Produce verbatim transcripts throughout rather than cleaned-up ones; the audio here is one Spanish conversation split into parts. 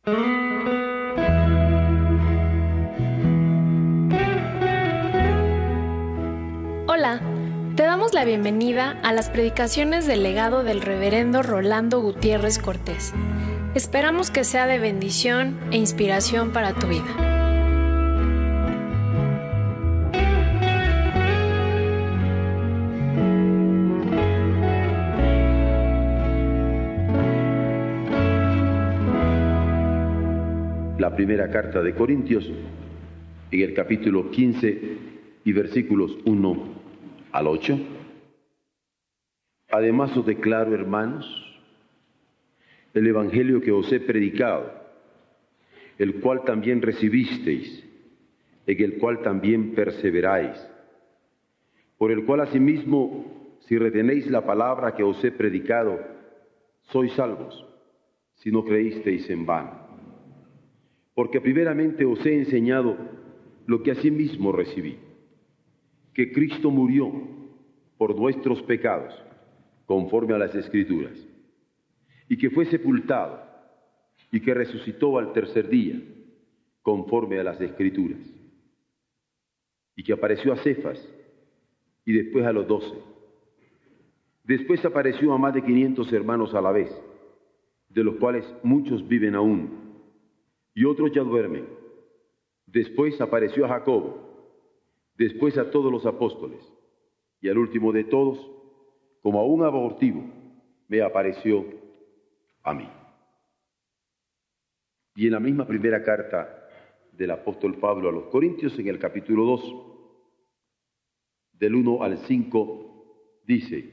Hola, te damos la bienvenida a las predicaciones del legado del reverendo Rolando Gutiérrez Cortés. Esperamos que sea de bendición e inspiración para tu vida. La primera carta de Corintios, en el capítulo quince y versículos uno al ocho. Además os declaro, hermanos, el evangelio que os he predicado, el cual también recibisteis, en el cual también perseveráis, por el cual asimismo, si retenéis la palabra que os he predicado, sois salvos, si no creísteis en vano. Porque primeramente os he enseñado lo que asimismo recibí, que Cristo murió por nuestros pecados, conforme a las Escrituras, y que fue sepultado, y que resucitó al tercer día, conforme a las Escrituras, y que apareció a Cefas, y después a los doce. Después apareció a más de quinientos hermanos a la vez, de los cuales muchos viven aún, y otros ya duermen. Después apareció a Jacobo, después a todos los apóstoles, y al último de todos, como a un abortivo, me apareció a mí. Y en la misma primera carta del apóstol Pablo a los Corintios, en el capítulo dos, del uno al cinco, dice: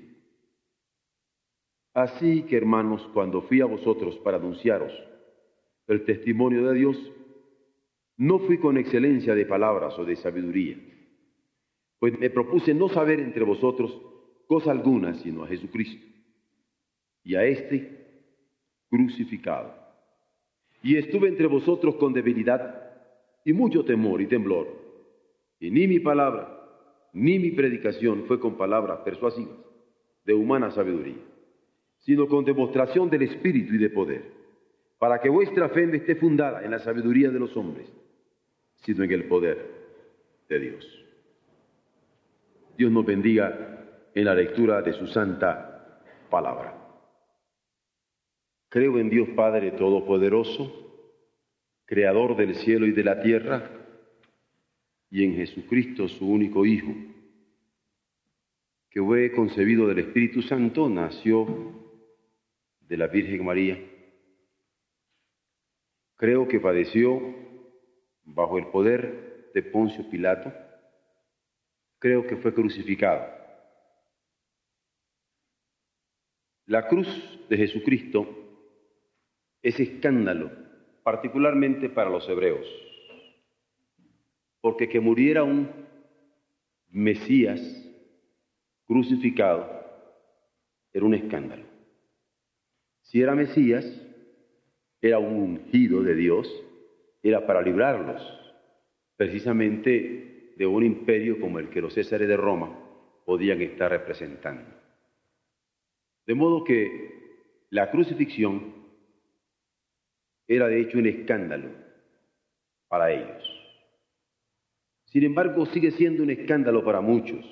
Así que, hermanos, cuando fui a vosotros para anunciaros el testimonio de Dios, no fui con excelencia de palabras o de sabiduría, pues me propuse no saber entre vosotros cosa alguna sino a Jesucristo, y a éste crucificado. Y estuve entre vosotros con debilidad y mucho temor y temblor, y ni mi palabra ni mi predicación fue con palabras persuasivas de humana sabiduría, sino con demostración del Espíritu y de poder, para que vuestra fe no esté fundada en la sabiduría de los hombres, sino en el poder de Dios. Dios nos bendiga en la lectura de su santa palabra. Creo en Dios Padre Todopoderoso, Creador del cielo y de la tierra, y en Jesucristo, su único Hijo, que fue concebido del Espíritu Santo, nació de la Virgen María. Creo que padeció bajo el poder de Poncio Pilato. Creo que fue crucificado. La cruz de Jesucristo es escándalo, particularmente para los hebreos, porque que muriera un Mesías crucificado era un escándalo. Si era Mesías, era un ungido de Dios, era para librarlos precisamente de un imperio como el que los césares de Roma podían estar representando. De modo que la crucifixión era de hecho un escándalo para ellos. Sin embargo, sigue siendo un escándalo para muchos,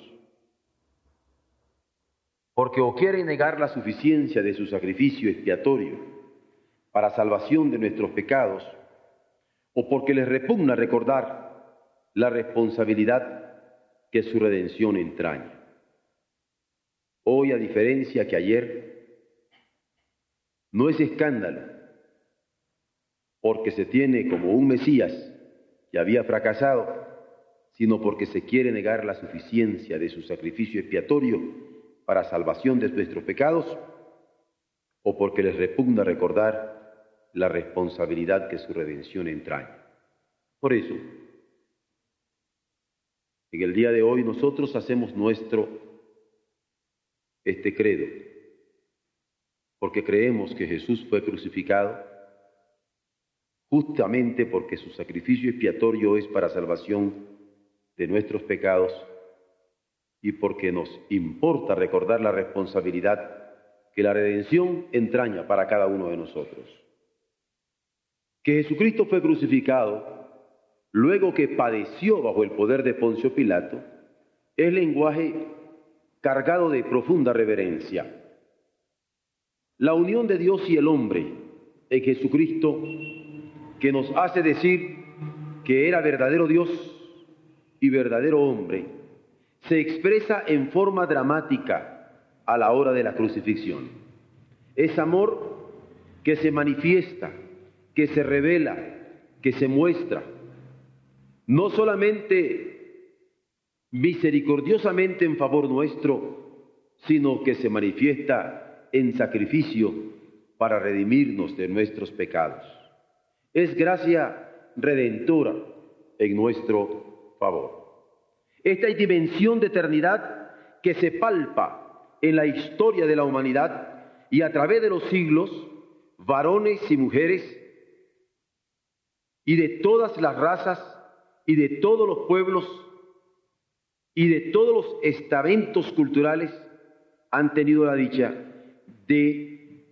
porque o quieren negar la suficiencia de su sacrificio expiatorio para salvación de nuestros pecados, o porque les repugna recordar la responsabilidad que su redención entraña. Hoy, a diferencia que ayer, no es escándalo, porque se tiene como un Mesías que había fracasado, sino porque se quiere negar la suficiencia de su sacrificio expiatorio para salvación de nuestros pecados, o porque les repugna recordar la responsabilidad que su redención entraña. Por eso, en el día de hoy nosotros hacemos nuestro este credo, porque creemos que Jesús fue crucificado justamente porque su sacrificio expiatorio es para salvación de nuestros pecados y porque nos importa recordar la responsabilidad que la redención entraña para cada uno de nosotros. que Jesucristo fue crucificado luego que padeció bajo el poder de Poncio Pilato, es lenguaje cargado de profunda reverencia. La unión de Dios y el hombre en Jesucristo, que nos hace decir que era verdadero Dios y verdadero hombre, se expresa en forma dramática a la hora de la crucifixión. Es amor que se manifiesta, que se revela, que se muestra, no solamente misericordiosamente en favor nuestro, sino que se manifiesta en sacrificio para redimirnos de nuestros pecados. Es gracia redentora en nuestro favor. Esta dimensión de eternidad que se palpa en la historia de la humanidad y a través de los siglos, varones y mujeres, y de todas las razas, y de todos los pueblos, y de todos los estamentos culturales, han tenido la dicha de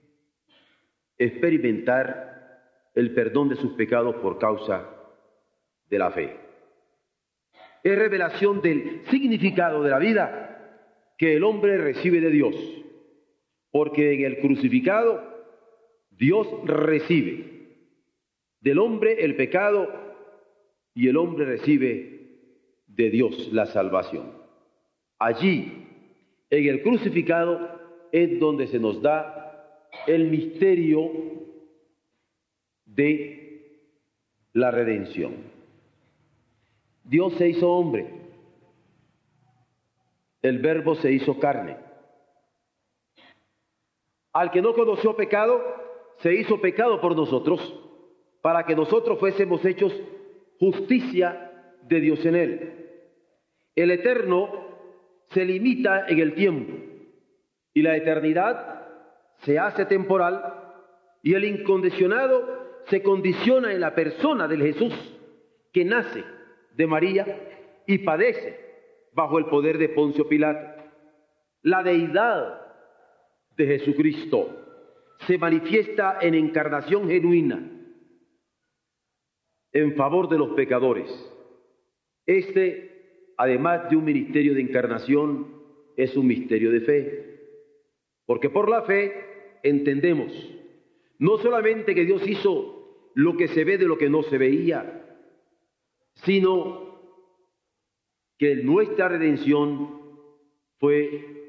experimentar el perdón de sus pecados por causa de la fe. Es revelación del significado de la vida que el hombre recibe de Dios, porque en el crucificado Dios recibe del hombre el pecado y el hombre recibe de Dios la salvación. Allí, en el crucificado, es donde se nos da el misterio de la redención. Dios se hizo hombre, el Verbo se hizo carne. Al que no conoció pecado, se hizo pecado por nosotros, para que nosotros fuésemos hechos justicia de Dios en él. El eterno se limita en el tiempo y la eternidad se hace temporal, y el incondicionado se condiciona en la persona del Jesús que nace de María y padece bajo el poder de Poncio Pilato. La deidad de Jesucristo se manifiesta en encarnación genuina en favor de los pecadores. Este, además de un ministerio de encarnación, es un misterio de fe, porque por la fe entendemos no solamente que Dios hizo lo que se ve de lo que no se veía, sino que nuestra redención fue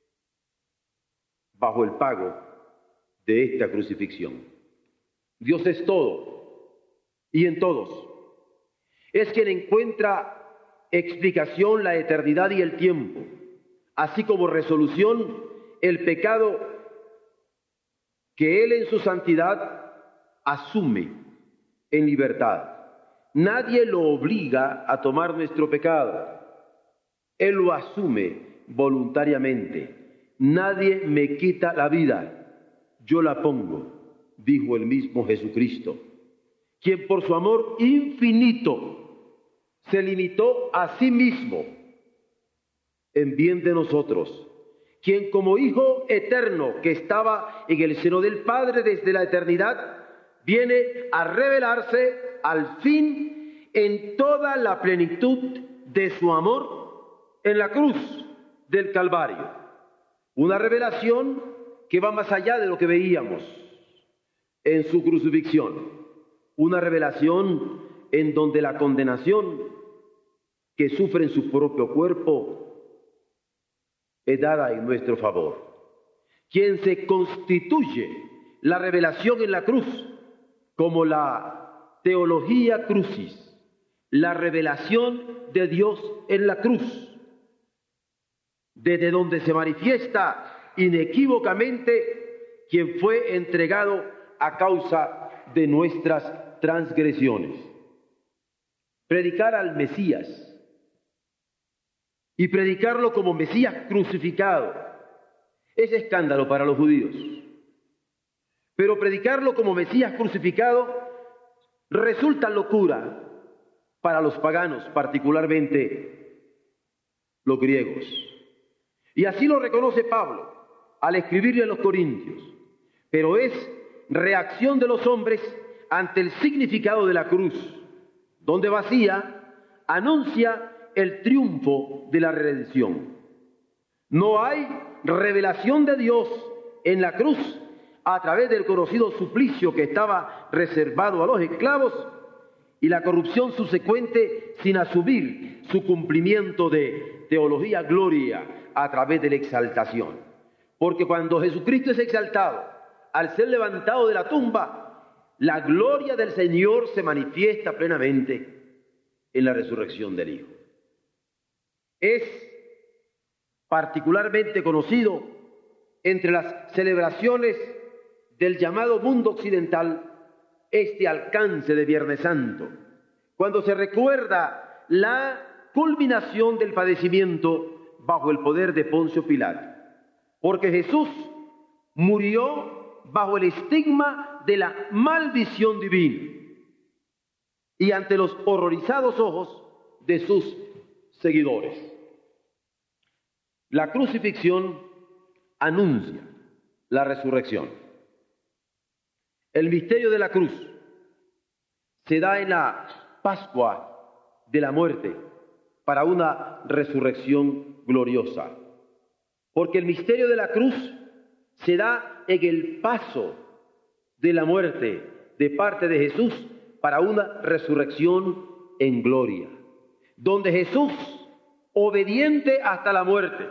bajo el pago de esta crucifixión. Dios es todo y en todos. Es quien encuentra explicación la eternidad y el tiempo, así como resolución el pecado que Él en su santidad asume en libertad. Nadie lo obliga a tomar nuestro pecado. Él lo asume voluntariamente. Nadie me quita la vida, yo la pongo, dijo el mismo Jesucristo, quien por su amor infinito se limitó a sí mismo en bien de nosotros, quien como Hijo eterno que estaba en el seno del Padre desde la eternidad, viene a revelarse al fin en toda la plenitud de su amor en la cruz del Calvario. Una revelación que va más allá de lo que veíamos en su crucifixión. Una revelación en donde la condenación que sufre en su propio cuerpo es dada en nuestro favor. Quien se constituye la revelación en la cruz como la teología crucis, la revelación de Dios en la cruz, desde donde se manifiesta inequívocamente quien fue entregado a causa de nuestras transgresiones. Predicar al Mesías y predicarlo como Mesías crucificado es escándalo para los judíos, pero predicarlo como Mesías crucificado resulta locura para los paganos, particularmente los griegos. Y así lo reconoce Pablo al escribirle a los Corintios. Pero es reacción de los hombres ante el significado de la cruz, donde vacía anuncia el triunfo de la redención. No hay revelación de Dios en la cruz a través del conocido suplicio que estaba reservado a los esclavos y la corrupción subsecuente sin asumir su cumplimiento de teología gloria a través de la exaltación. Porque cuando Jesucristo es exaltado, al ser levantado de la tumba, la gloria del Señor se manifiesta plenamente en la resurrección del Hijo. Es particularmente conocido entre las celebraciones del llamado mundo occidental este alcance de Viernes Santo, cuando se recuerda la culminación del padecimiento bajo el poder de Poncio Pilato, porque Jesús murió bajo el estigma de la maldición divina y ante los horrorizados ojos de sus seguidores. La crucifixión anuncia la resurrección. El misterio de la cruz se da en la Pascua de la muerte para una resurrección gloriosa. Porque el misterio de la cruz se da en el paso de la muerte de parte de Jesús para una resurrección en gloria, donde Jesús, obediente hasta la muerte,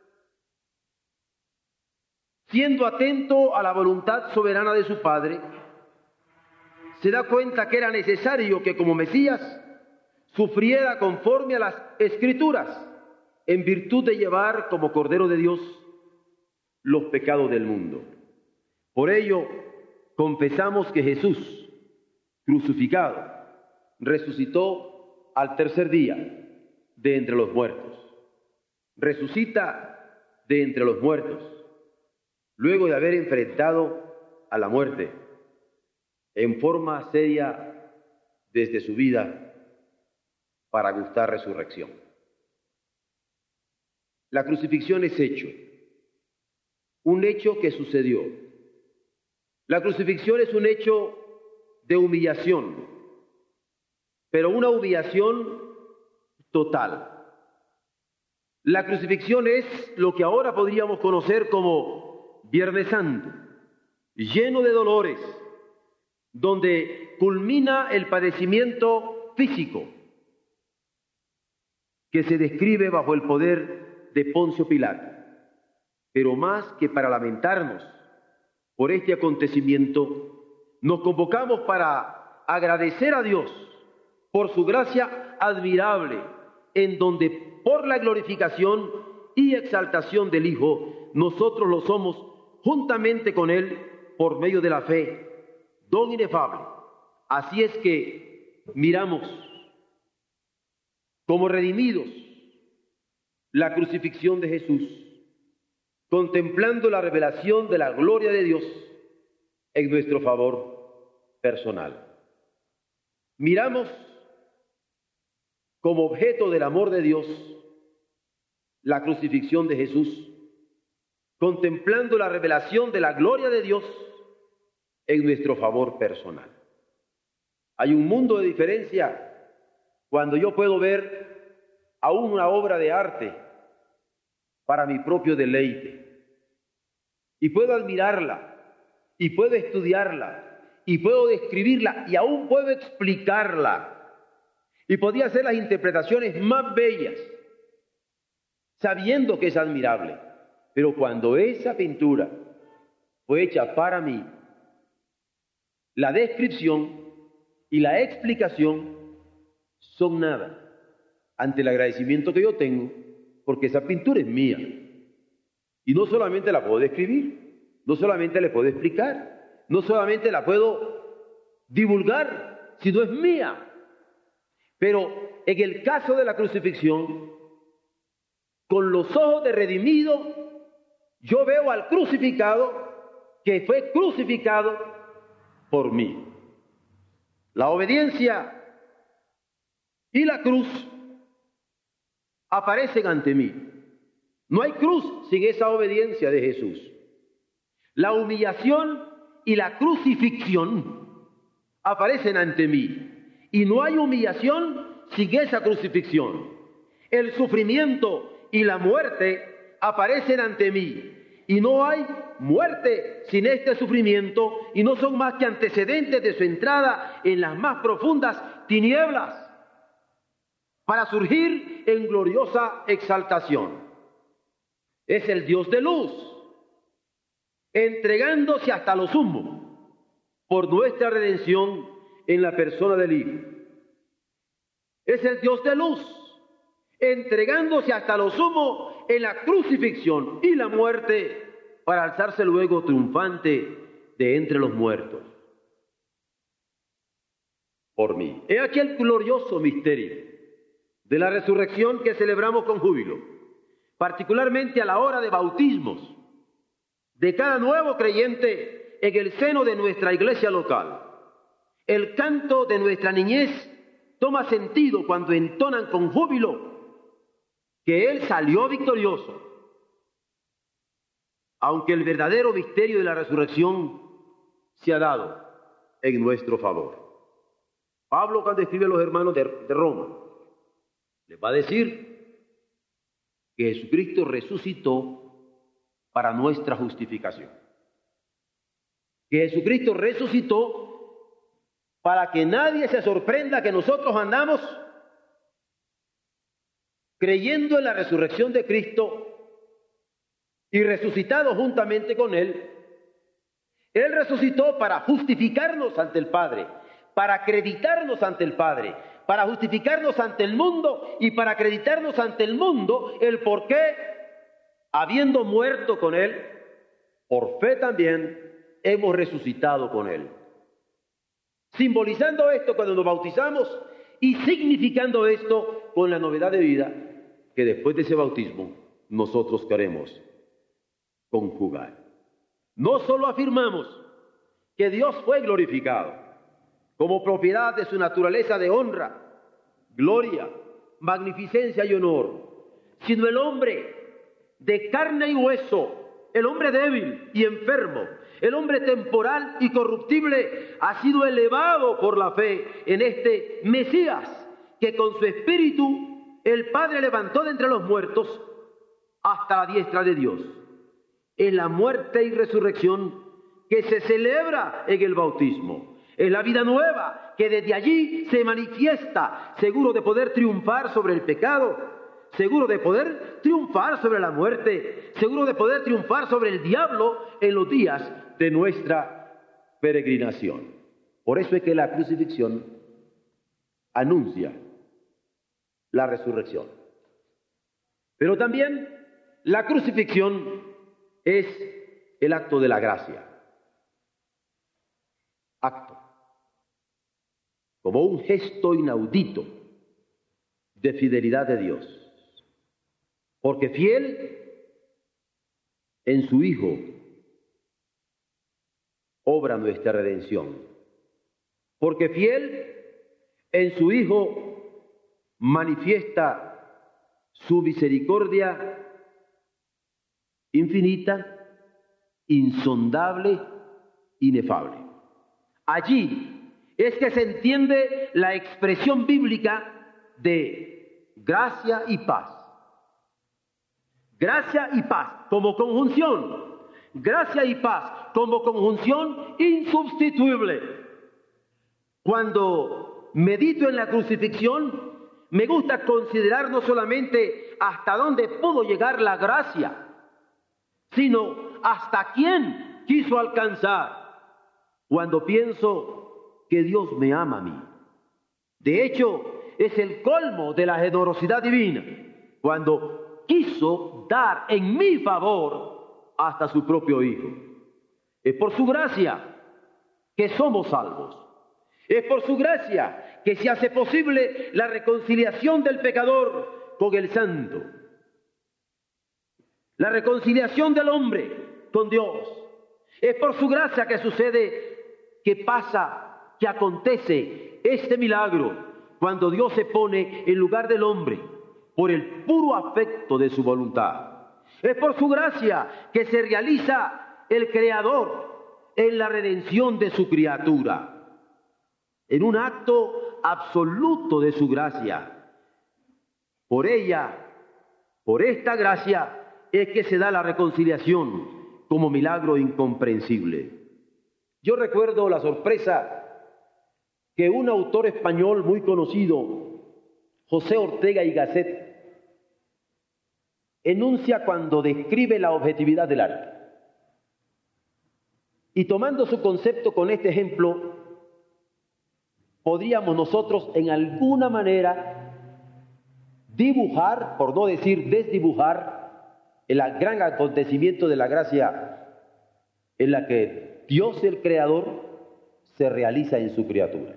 siendo atento a la voluntad soberana de su Padre, se da cuenta que era necesario que como Mesías sufriera conforme a las Escrituras, en virtud de llevar como Cordero de Dios los pecados del mundo. Por ello, confesamos que Jesús, crucificado, resucitó al tercer día de entre los muertos. Resucita de entre los muertos, luego de haber enfrentado a la muerte en forma seria desde su vida para gustar resurrección. La crucifixión es hecho, un hecho que sucedió. La crucifixión es un hecho de humillación, pero una humillación total. La crucifixión es lo que ahora podríamos conocer como Viernes Santo, lleno de dolores, donde culmina el padecimiento físico que se describe bajo el poder de Poncio Pilato. Pero más que para lamentarnos por este acontecimiento, nos convocamos para agradecer a Dios por su gracia admirable, en donde por la glorificación y exaltación del Hijo, nosotros lo somos juntamente con Él por medio de la fe, don inefable. Así es que miramos como redimidos la crucifixión de Jesús, contemplando la revelación de la gloria de Dios en nuestro favor personal. Miramos como objeto del amor de Dios la crucifixión de Jesús, contemplando la revelación de la gloria de Dios en nuestro favor personal. Hay un mundo de diferencia cuando yo puedo ver aún una obra de arte para mi propio deleite, y puedo admirarla, y puedo estudiarla, y puedo describirla, y aún puedo explicarla, y podría hacer las interpretaciones más bellas, sabiendo que es admirable. Pero cuando esa pintura fue hecha para mí, la descripción y la explicación son nada ante el agradecimiento que yo tengo, porque esa pintura es mía. Y no solamente la puedo describir, no solamente la puedo explicar, no solamente la puedo divulgar, sino es mía. Pero en el caso de la crucifixión, con los ojos de redimido, yo veo al crucificado que fue crucificado por mí. La obediencia y la cruz aparecen ante mí. No hay cruz sin esa obediencia de Jesús. La humillación y la crucifixión aparecen ante mí. Y no hay humillación sin esa crucifixión. El sufrimiento y la muerte aparecen ante mí. Y no hay muerte sin este sufrimiento, y no son más que antecedentes de su entrada en las más profundas tinieblas, para surgir en gloriosa exaltación. Es el Dios de luz, entregándose hasta lo sumo por nuestra redención en la persona del Hijo. Es el Dios de luz, entregándose hasta lo sumo en la crucifixión y la muerte, para alzarse luego triunfante de entre los muertos por mí. He aquí el glorioso misterio de la resurrección que celebramos con júbilo, particularmente a la hora de bautismos de cada nuevo creyente en el seno de nuestra iglesia local. El canto de nuestra niñez toma sentido cuando entonan con júbilo que Él salió victorioso, aunque el verdadero misterio de la resurrección se ha dado en nuestro favor. Pablo, cuando escribe a los hermanos de, de Roma, les va a decir que Jesucristo resucitó para nuestra justificación. Que Jesucristo resucitó para que nadie se sorprenda que nosotros andamos creyendo en la resurrección de Cristo y resucitado juntamente con Él. Él resucitó para justificarnos ante el Padre, para acreditarnos ante el Padre, para justificarnos ante el mundo y para acreditarnos ante el mundo el por qué, habiendo muerto con Él, por fe también hemos resucitado con Él. Simbolizando esto cuando nos bautizamos y significando esto con la novedad de vida que después de ese bautismo nosotros queremos conjugar. No solo afirmamos que Dios fue glorificado como propiedad de su naturaleza de honra, gloria, magnificencia y honor, sino el hombre de carne y hueso, el hombre débil y enfermo, el hombre temporal y corruptible, ha sido elevado por la fe en este Mesías que con su espíritu el Padre levantó de entre los muertos hasta la diestra de Dios. Es la muerte y resurrección que se celebra en el bautismo. Es la vida nueva que desde allí se manifiesta, seguro de poder triunfar sobre el pecado, seguro de poder triunfar sobre la muerte, seguro de poder triunfar sobre el diablo en los días de nuestra peregrinación. Por eso es que la crucifixión anuncia la resurrección. Pero también la crucifixión es el acto de la gracia. Acto. Como un gesto inaudito de fidelidad de Dios. Porque fiel en su Hijo obra nuestra redención. Porque fiel en su Hijo manifiesta su misericordia infinita, insondable, inefable. Allí es que se entiende la expresión bíblica de gracia y paz. Gracia y paz como conjunción. Gracia y paz como conjunción insubstituible. Cuando medito en la crucifixión, me gusta considerar no solamente hasta dónde pudo llegar la gracia, sino hasta quién quiso alcanzar. Cuando pienso que Dios me ama a mí. De hecho, es el colmo de la generosidad divina, cuando quiso dar en mi favor hasta su propio Hijo. Es por su gracia que somos salvos. Es por su gracia que se hace posible la reconciliación del pecador con el santo. La reconciliación del hombre con Dios. Es por su gracia que sucede, que pasa, que acontece este milagro cuando Dios se pone en lugar del hombre por el puro afecto de su voluntad. Es por su gracia que se realiza el Creador en la redención de su criatura. en un acto absoluto de su gracia. Por ella, por esta gracia, es que se da la reconciliación como milagro incomprensible. Yo recuerdo la sorpresa que un autor español muy conocido, José Ortega y Gasset, enuncia cuando describe la objetividad del arte. Y tomando su concepto con este ejemplo, podríamos nosotros en alguna manera dibujar, por no decir desdibujar, el gran acontecimiento de la gracia en la que Dios el Creador se realiza en su criatura.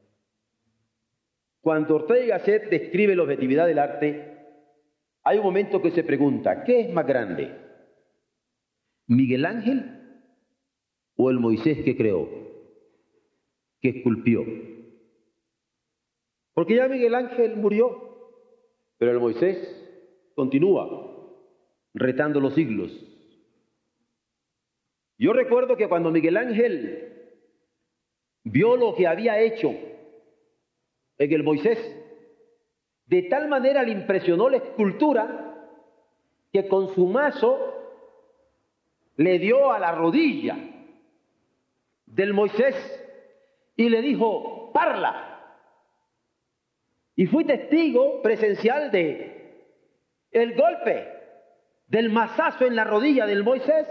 Cuando Ortega y Gasset describe la objetividad del arte, hay un momento que se pregunta, ¿qué es más grande? ¿Miguel Ángel o el Moisés que creó, que esculpió? Porque ya Miguel Ángel murió, pero el Moisés continúa retando los siglos. Yo recuerdo que cuando Miguel Ángel vio lo que había hecho en el Moisés, de tal manera le impresionó la escultura que con su mazo le dio a la rodilla del Moisés y le dijo, parla. Y fui testigo presencial de el golpe del mazazo en la rodilla del Moisés.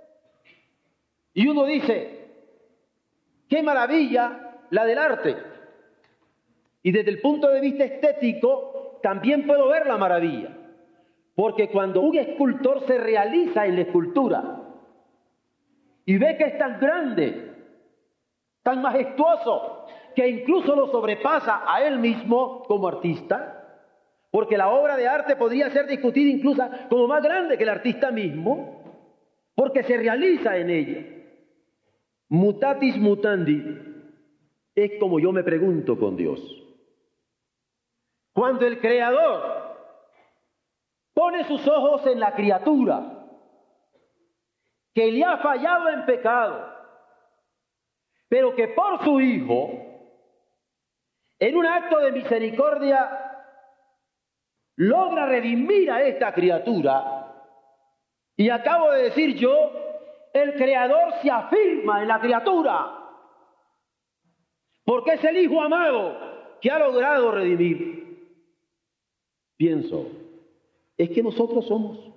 Y uno dice, qué maravilla la del arte. Y desde el punto de vista estético también puedo ver la maravilla. Porque cuando un escultor se realiza en la escultura y ve que es tan grande, tan majestuoso, que incluso lo sobrepasa a él mismo como artista, porque la obra de arte podría ser discutida incluso como más grande que el artista mismo, porque se realiza en ella. Mutatis mutandi es como yo me pregunto con Dios. Cuando el Creador pone sus ojos en la criatura que le ha fallado en pecado, pero que por su Hijo, en un acto de misericordia, logra redimir a esta criatura. Y acabo de decir yo, el Creador se afirma en la criatura, porque es el Hijo amado que ha logrado redimir. Pienso, es que nosotros somos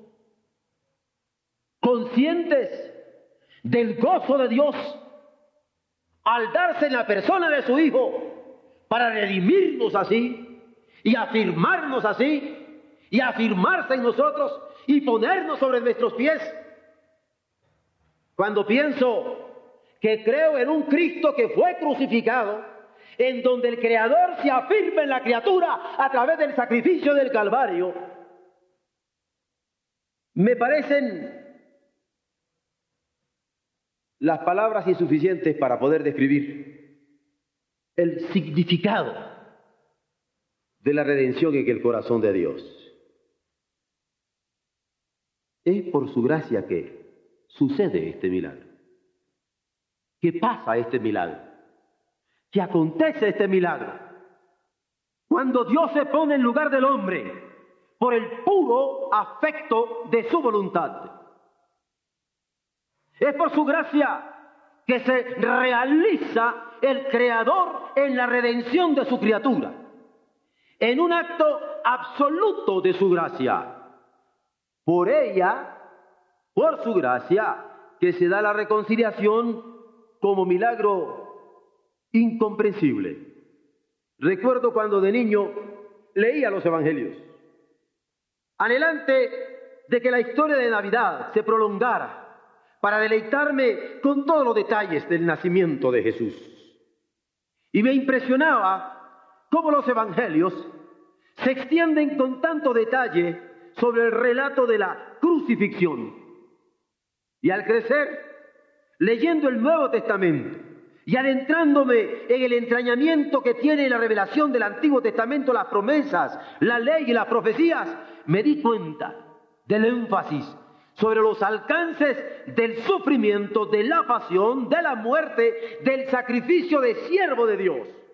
conscientes del gozo de Dios al darse en la persona de su Hijo para redimirnos así y afirmarnos así y afirmarse en nosotros y ponernos sobre nuestros pies. Cuando pienso que creo en un Cristo que fue crucificado, en donde el Creador se afirma en la criatura a través del sacrificio del Calvario, me parecen las palabras insuficientes para poder describir el significado de la redención en el corazón de Dios. Es por su gracia que sucede este milagro, que pasa este milagro, que acontece este milagro, cuando Dios se pone en lugar del hombre por el puro afecto de su voluntad. Es por su gracia que se realiza el Creador en la redención de su criatura, en un acto absoluto de su gracia. Por ella, por su gracia, que se da la reconciliación como milagro incomprensible. Recuerdo cuando de niño leía los evangelios, anhelante de que la historia de Navidad se prolongara para deleitarme con todos los detalles del nacimiento de Jesús. Y me impresionaba cómo los evangelios se extienden con tanto detalle sobre el relato de la crucifixión. Y al crecer, leyendo el Nuevo Testamento y adentrándome en el entrañamiento que tiene la revelación del Antiguo Testamento, las promesas, la ley y las profecías, me di cuenta del énfasis sobre los alcances del sufrimiento, de la pasión, de la muerte, del sacrificio de siervo de Dios.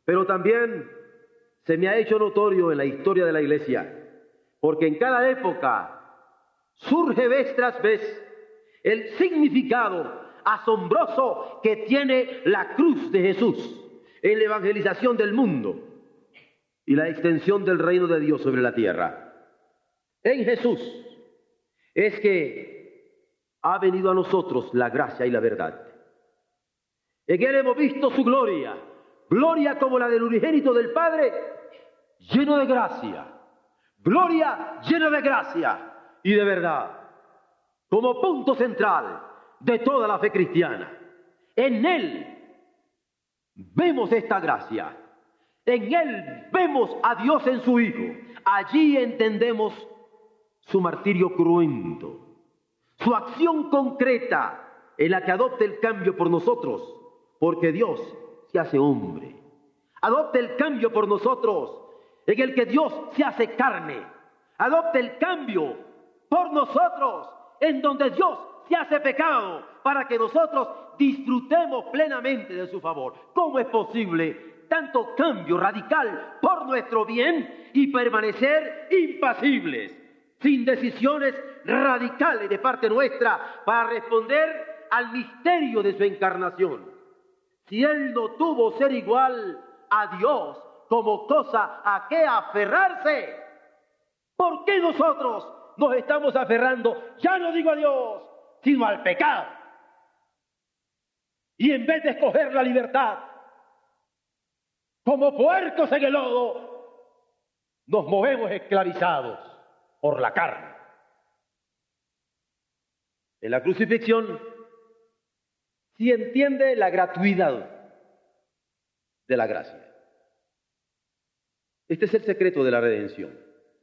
Pero también se me ha hecho notorio en la historia de la Iglesia, porque en cada época surge vez tras vez el significado asombroso que tiene la cruz de Jesús en la evangelización del mundo y la extensión del reino de Dios sobre la tierra. En Jesús es que ha venido a nosotros la gracia y la verdad. En Él hemos visto su gloria, gloria como la del unigénito del Padre, lleno de gracia, gloria llena de gracia y de verdad, como punto central de toda la fe cristiana. En Él vemos esta gracia, en Él vemos a Dios en su Hijo. Allí entendemos su martirio cruento, su acción concreta en la que adopta el cambio por nosotros, porque Dios se hace hombre. Adopta el cambio por nosotros, en el que Dios se hace carne. Adopta el cambio por nosotros, en donde Dios se hace pecado, para que nosotros disfrutemos plenamente de su favor. ¿Cómo es posible tanto cambio radical por nuestro bien y permanecer impasibles, sin decisiones radicales de parte nuestra para responder al misterio de su encarnación? Si Él no tuvo ser igual a Dios como cosa a qué aferrarse, ¿por qué nosotros nos estamos aferrando, ya no digo a Dios, sino al pecado? Y en vez de escoger la libertad, como puercos en el lodo, nos movemos esclavizados por la carne. En la crucifixión se entiende la gratuidad de la gracia. Este es el secreto de la redención.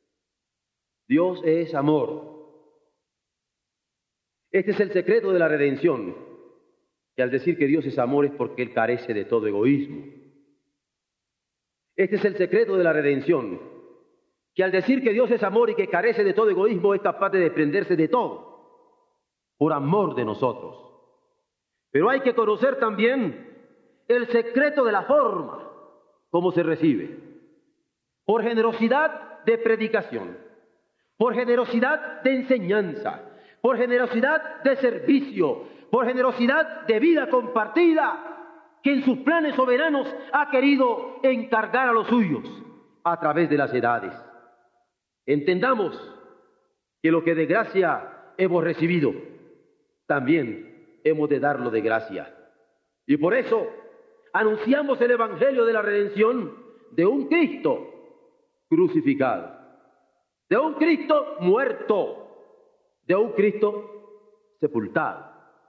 Dios es amor. Este es el secreto de la redención, que al decir que Dios es amor es porque Él carece de todo egoísmo. Este es el secreto de la redención, que al decir que Dios es amor y que carece de todo egoísmo es capaz de desprenderse de todo por amor de nosotros. Pero hay que conocer también el secreto de la forma, cómo se recibe. Por generosidad de predicación, por generosidad de enseñanza, por generosidad de servicio, por generosidad de vida compartida, que en sus planes soberanos ha querido encargar a los suyos a través de las edades. Entendamos que lo que de gracia hemos recibido, también hemos de darlo de gracia. Y por eso anunciamos el Evangelio de la redención de un Cristo crucificado, de un Cristo muerto, de un Cristo sepultado,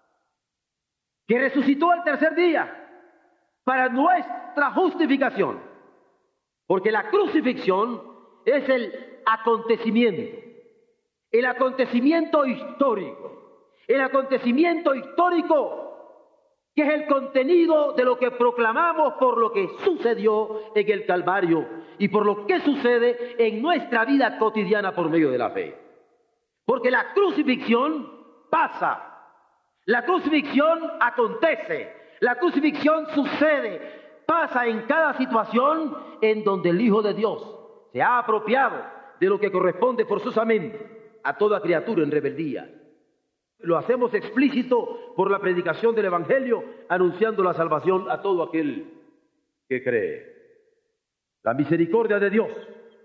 que resucitó al tercer día para nuestra justificación, porque la crucifixión es el acontecimiento, el acontecimiento histórico, el acontecimiento histórico que es el contenido de lo que proclamamos por lo que sucedió en el Calvario y por lo que sucede en nuestra vida cotidiana por medio de la fe. Porque la crucifixión pasa, la crucifixión acontece, la crucifixión sucede, pasa en cada situación en donde el Hijo de Dios se ha apropiado de lo que corresponde forzosamente a toda criatura en rebeldía. Lo hacemos explícito por la predicación del Evangelio, anunciando la salvación a todo aquel que cree. La misericordia de Dios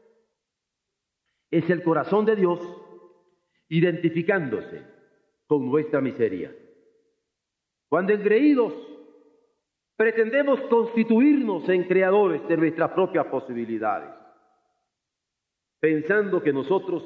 es el corazón de Dios identificándose con nuestra miseria. Cuando engreídos pretendemos constituirnos en creadores de nuestras propias posibilidades, pensando que nosotros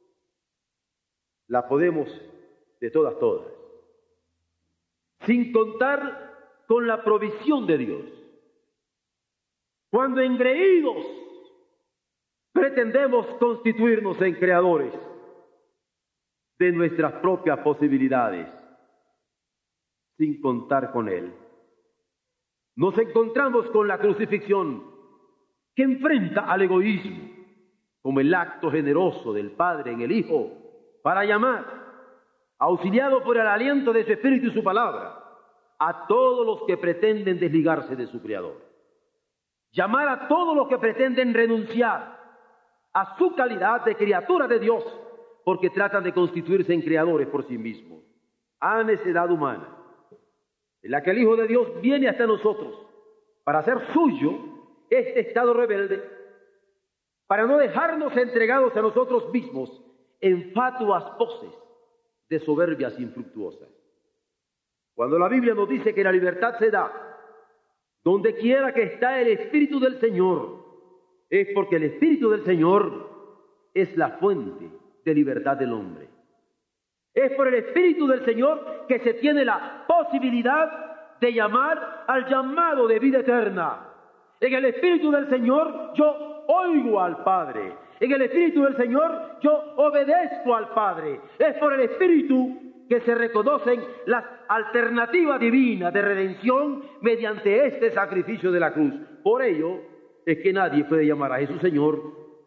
la podemos de todas, todas, sin contar con la provisión de Dios. Cuando engreídos pretendemos constituirnos en creadores de nuestras propias posibilidades, sin contar con Él, nos encontramos con la crucifixión que enfrenta al egoísmo como el acto generoso del Padre en el Hijo para llamar, auxiliado por el aliento de su Espíritu y su palabra, a todos los que pretenden desligarse de su Creador. llamar a todos los que pretenden renunciar a su calidad de criatura de Dios, porque tratan de constituirse en creadores por sí mismos, a necedad humana, en la que el Hijo de Dios viene hasta nosotros para hacer suyo este estado rebelde, para no dejarnos entregados a nosotros mismos en fatuas poses de soberbias infructuosas. Cuando la Biblia nos dice que la libertad se da donde quiera que está el Espíritu del Señor, es porque el Espíritu del Señor es la fuente de libertad del hombre. Es por el Espíritu del Señor que se tiene la posibilidad de llamar al llamado de vida eterna. En el Espíritu del Señor yo oigo al Padre. En el Espíritu del Señor yo obedezco al Padre. Es por el Espíritu que se reconocen las alternativas divinas de redención mediante este sacrificio de la cruz. Por ello es que nadie puede llamar a Jesús Señor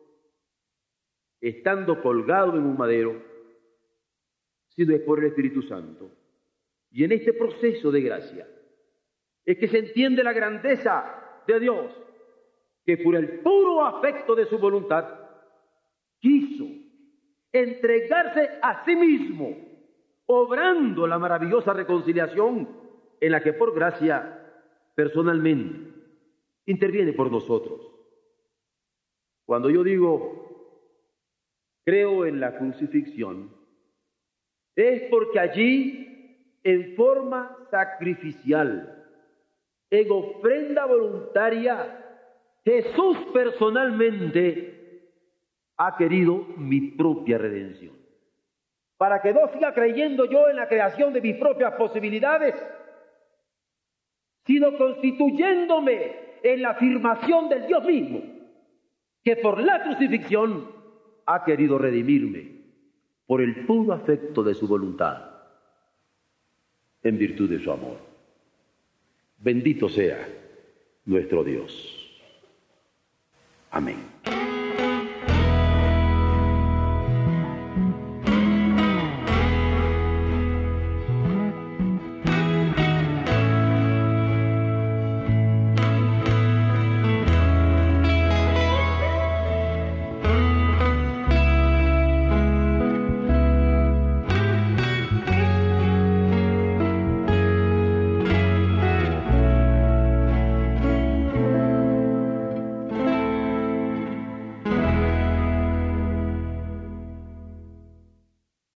estando colgado en un madero, sino es por el Espíritu Santo. Y en este proceso de gracia es que se entiende la grandeza de Dios, que por el puro afecto de su voluntad quiso entregarse a sí mismo, obrando la maravillosa reconciliación en la que por gracia personalmente interviene por nosotros. Cuando yo digo creo en la crucifixión, es porque allí, en forma sacrificial, en ofrenda voluntaria, Jesús personalmente ha querido mi propia redención. Para que no siga creyendo yo en la creación de mis propias posibilidades, sino constituyéndome en la afirmación del Dios mismo, que por la crucifixión ha querido redimirme por el puro afecto de su voluntad, en virtud de su amor. Bendito sea nuestro Dios. Amén.